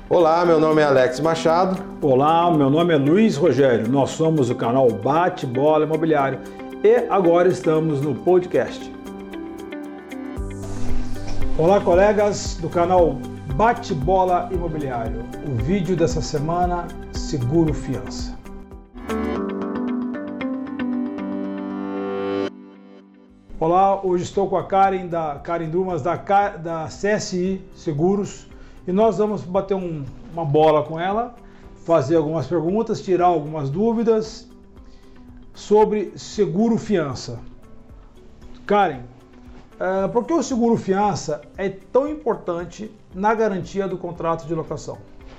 Olá, meu nome é Alex Machado. Olá, meu nome é Luiz Rogério. Nós somos o canal Bate-Bola Imobiliário e agora estamos no podcast. Olá, colegas do canal Bate-Bola Imobiliário. O vídeo dessa semana, Seguro Fiança. Olá, hoje estou com a Karen Dumas da CSI Seguros e nós vamos bater uma bola com ela, fazer algumas perguntas, tirar algumas dúvidas sobre seguro fiança. Karen, por que o seguro fiança é tão importante na garantia do contrato de locação?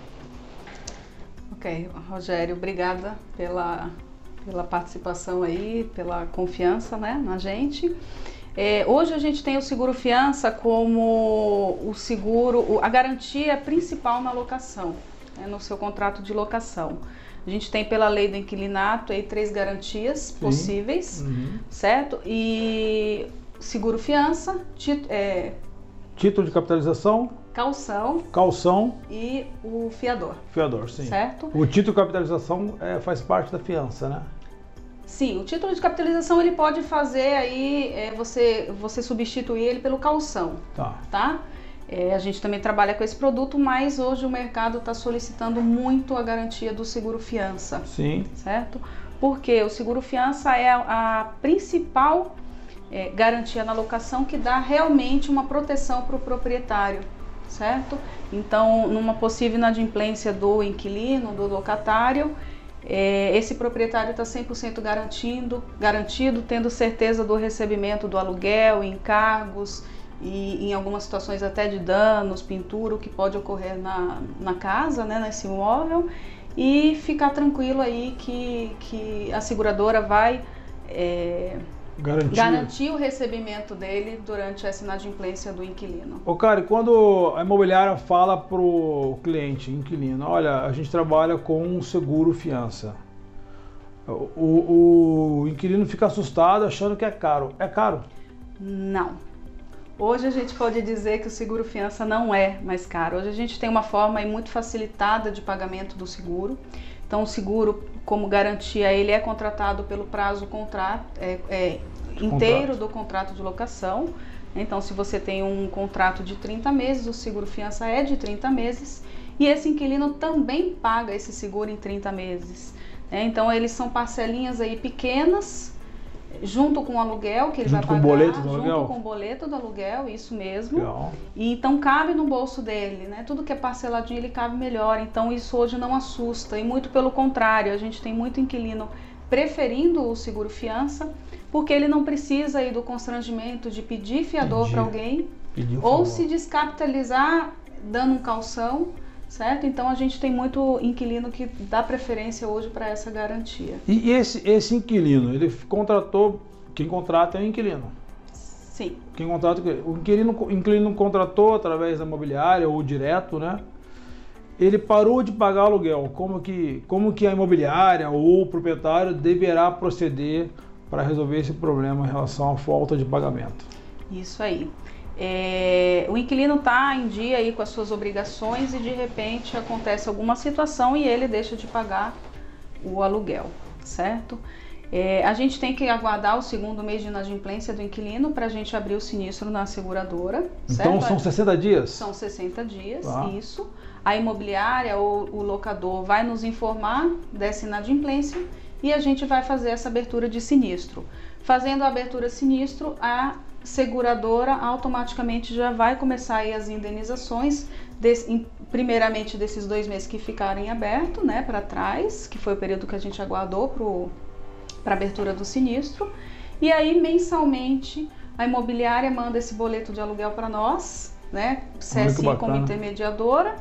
Ok, Rogério, obrigada pela participação aí, pela confiança, né, na gente. Hoje a gente tem o seguro fiança como o seguro, a garantia principal na locação, né, no seu contrato de locação. A gente tem pela lei do inquilinato aí 3 garantias possíveis, certo? E seguro fiança, título de capitalização, calção e o fiador. Fiador, sim. Certo? O título de capitalização faz parte da fiança, né? Sim, o título de capitalização ele pode fazer aí, você substituir ele pelo calção, tá? A gente também trabalha com esse produto, mas hoje o mercado está solicitando muito a garantia do seguro fiança. Sim. Certo? Porque o seguro fiança é a principal garantia na locação que dá realmente uma proteção para o proprietário, certo? Então, numa possível inadimplência do inquilino, do locatário, esse proprietário está 100% garantido, tendo certeza do recebimento do aluguel, encargos e em algumas situações até de danos, pintura, o que pode ocorrer na casa, né, nesse imóvel, e ficar tranquilo aí que a seguradora vai garantir o recebimento dele durante essa inadimplência do inquilino. Cara, quando a imobiliária fala para o cliente, inquilino, olha, a gente trabalha com um seguro fiança, o inquilino fica assustado achando que é caro. É caro? Não. Hoje a gente pode dizer que o seguro fiança não é mais caro. Hoje a gente tem uma forma aí muito facilitada de pagamento do seguro. Então o seguro, como garantia, ele é contratado pelo prazo inteiro do contrato de locação. Então se você tem um contrato de 30 meses, o seguro fiança é de 30 meses e esse inquilino também paga esse seguro em 30 meses. Então eles são parcelinhas aí pequenas, junto com o aluguel que ele vai pagar, junto com o boleto do aluguel, isso mesmo. Legal. E então cabe no bolso dele, né? Tudo que é parceladinho ele cabe melhor. Então isso hoje não assusta e muito pelo contrário, a gente tem muito inquilino preferindo o seguro fiança porque ele não precisa aí do constrangimento de pedir fiador para alguém ou se descapitalizar dando um calção. Certo? Então a gente tem muito inquilino que dá preferência hoje para essa garantia. E esse inquilino, ele contratou, quem contrata é o inquilino? Sim. Quem contrata, o inquilino contratou através da imobiliária ou direto, né? Ele parou de pagar aluguel. Como que a imobiliária ou o proprietário deverá proceder para resolver esse problema em relação à falta de pagamento? Isso aí. O inquilino está em dia aí com as suas obrigações e de repente acontece alguma situação e ele deixa de pagar o aluguel, certo? A gente tem que aguardar o 2º mês de inadimplência do inquilino para a gente abrir o sinistro na seguradora, certo? Então são 60 dias? São 60 dias, isso. A imobiliária ou o locador vai nos informar dessa inadimplência e a gente vai fazer essa abertura de sinistro. Fazendo a abertura de sinistro, a seguradora automaticamente já vai começar aí as indenizações, primeiramente desses 2 meses que ficarem abertos, né, para trás, que foi o período que a gente aguardou para abertura do sinistro, e aí mensalmente a imobiliária manda esse boleto de aluguel para nós, né, CSI como intermediadora,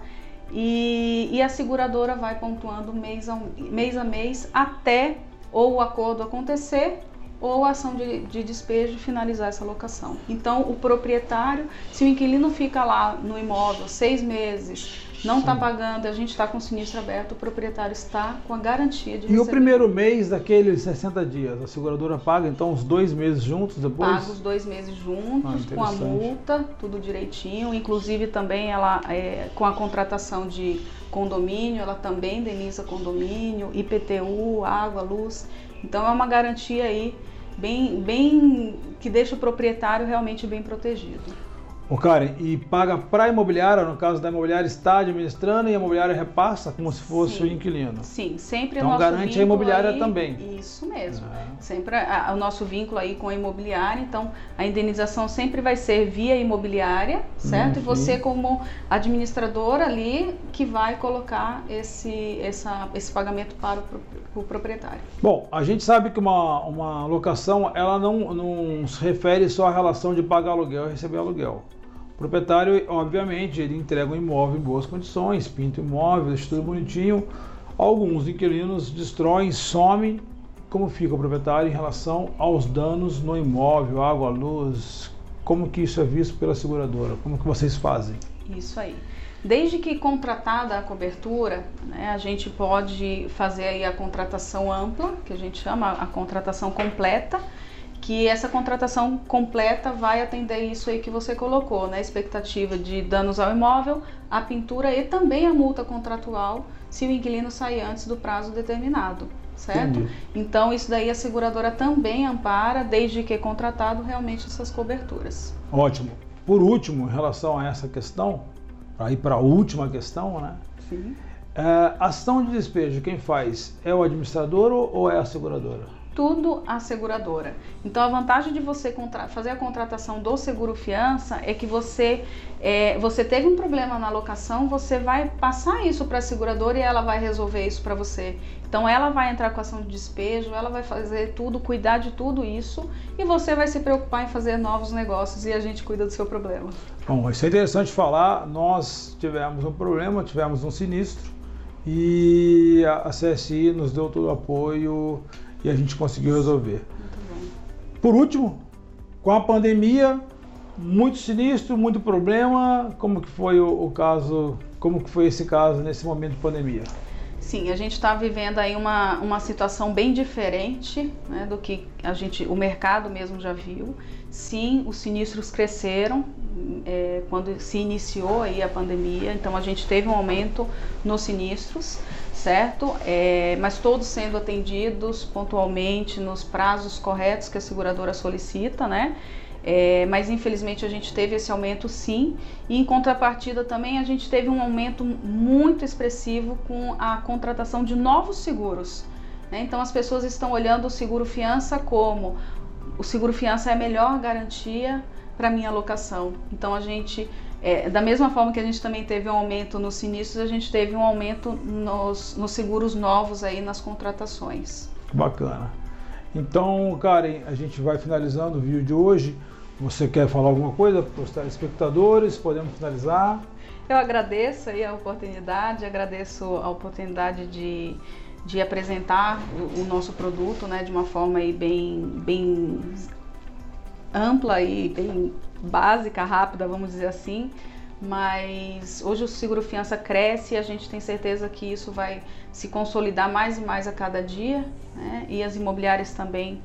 e a seguradora vai pontuando mês a mês até ou o acordo acontecer ou a ação de despejo finalizar essa locação. Então, o proprietário, se o inquilino fica lá no imóvel 6 meses, não está pagando, a gente está com o sinistro aberto, o proprietário está com a garantia de receber. E o primeiro mês daqueles 60 dias, a seguradora paga então os 2 meses juntos depois? Paga os 2 meses juntos, com a multa, tudo direitinho. Inclusive também ela, com a contratação de condomínio, ela também indeniza condomínio, IPTU, água, luz. Então é uma garantia aí bem que deixa o proprietário realmente bem protegido. Ô Karen, e paga para a imobiliária, no caso da imobiliária está administrando e a imobiliária repassa como se fosse o inquilino? Sim, sempre então o nosso garante a imobiliária aí, também. Isso mesmo, sempre o nosso vínculo aí com a imobiliária, então a indenização sempre vai ser via imobiliária, certo? E você como administradora ali que vai colocar esse pagamento para o proprietário. Bom, a gente sabe que uma locação, ela não se refere só à relação de pagar aluguel e receber aluguel. O proprietário, obviamente, ele entrega um imóvel em boas condições, pinta o imóvel, deixa tudo bonitinho. Alguns inquilinos destroem, somem. Como fica o proprietário em relação aos danos no imóvel, água, luz? Como que isso é visto pela seguradora? Como que vocês fazem? Isso aí. Desde que contratada a cobertura, né, a gente pode fazer aí a contratação ampla, que a gente chama a contratação completa, que essa contratação completa vai atender isso aí que você colocou, né? Expectativa de danos ao imóvel, a pintura e também a multa contratual se o inquilino sair antes do prazo determinado, certo? Entendi. Então isso daí a seguradora também ampara, desde que contratado realmente essas coberturas. Ótimo. Por último, em relação a essa questão, para ir para a última questão, né? Sim. Ação de despejo, quem faz? É o administrador ou é a seguradora? Tudo a seguradora. Então a vantagem de você fazer a contratação do seguro fiança é que você teve um problema na locação, você vai passar isso para a seguradora e ela vai resolver isso para você. Então ela vai entrar com ação de despejo, ela vai fazer tudo, cuidar de tudo isso e você vai se preocupar em fazer novos negócios e a gente cuida do seu problema. Bom, isso é interessante falar. Nós tivemos um problema, tivemos um sinistro e a CSI nos deu todo o apoio e a gente conseguiu resolver. Muito bom. Por último, com a pandemia, muito sinistro, muito problema. Como que foi o caso? Como que foi esse caso nesse momento de pandemia? Sim, a gente está vivendo aí uma situação bem diferente, né, do que o mercado mesmo já viu. Sim, os sinistros cresceram quando se iniciou aí a pandemia, então a gente teve um aumento nos sinistros, certo? Mas todos sendo atendidos pontualmente nos prazos corretos que a seguradora solicita, né? Mas infelizmente a gente teve esse aumento sim, e em contrapartida também a gente teve um aumento muito expressivo com a contratação de novos seguros, né? Então as pessoas estão olhando o seguro fiança como o seguro fiança é a melhor garantia para minha locação. Então a gente, da mesma forma que a gente também teve um aumento nos sinistros, a gente teve um aumento nos seguros novos aí nas contratações. Bacana. Então, Karen, a gente vai finalizando o vídeo de hoje. Você quer falar alguma coisa para os telespectadores? Podemos finalizar? Eu agradeço aí a oportunidade, agradeço a oportunidade de apresentar o nosso produto, né, de uma forma aí bem ampla e bem básica, rápida, vamos dizer assim. Mas hoje o seguro fiança cresce e a gente tem certeza que isso vai se consolidar mais e mais a cada dia, né? E as imobiliárias também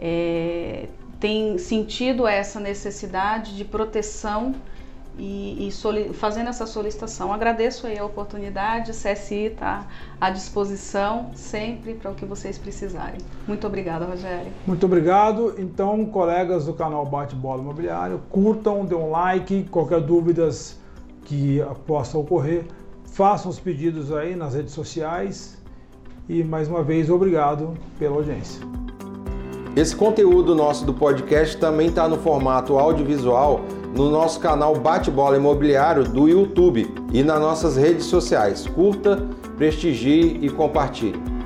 têm sentido essa necessidade de proteção e fazendo essa solicitação. Agradeço aí a oportunidade, CSI está à disposição sempre para o que vocês precisarem. Muito obrigada, Rogério. Muito obrigado. Então, colegas do canal Bate-Bola Imobiliário, curtam, dêem um like, qualquer dúvidas que possa ocorrer, façam os pedidos aí nas redes sociais e, mais uma vez, obrigado pela audiência. Esse conteúdo nosso do podcast também está no formato audiovisual no nosso canal Bate-Bola Imobiliário do YouTube e nas nossas redes sociais. Curta, prestigie e compartilhe.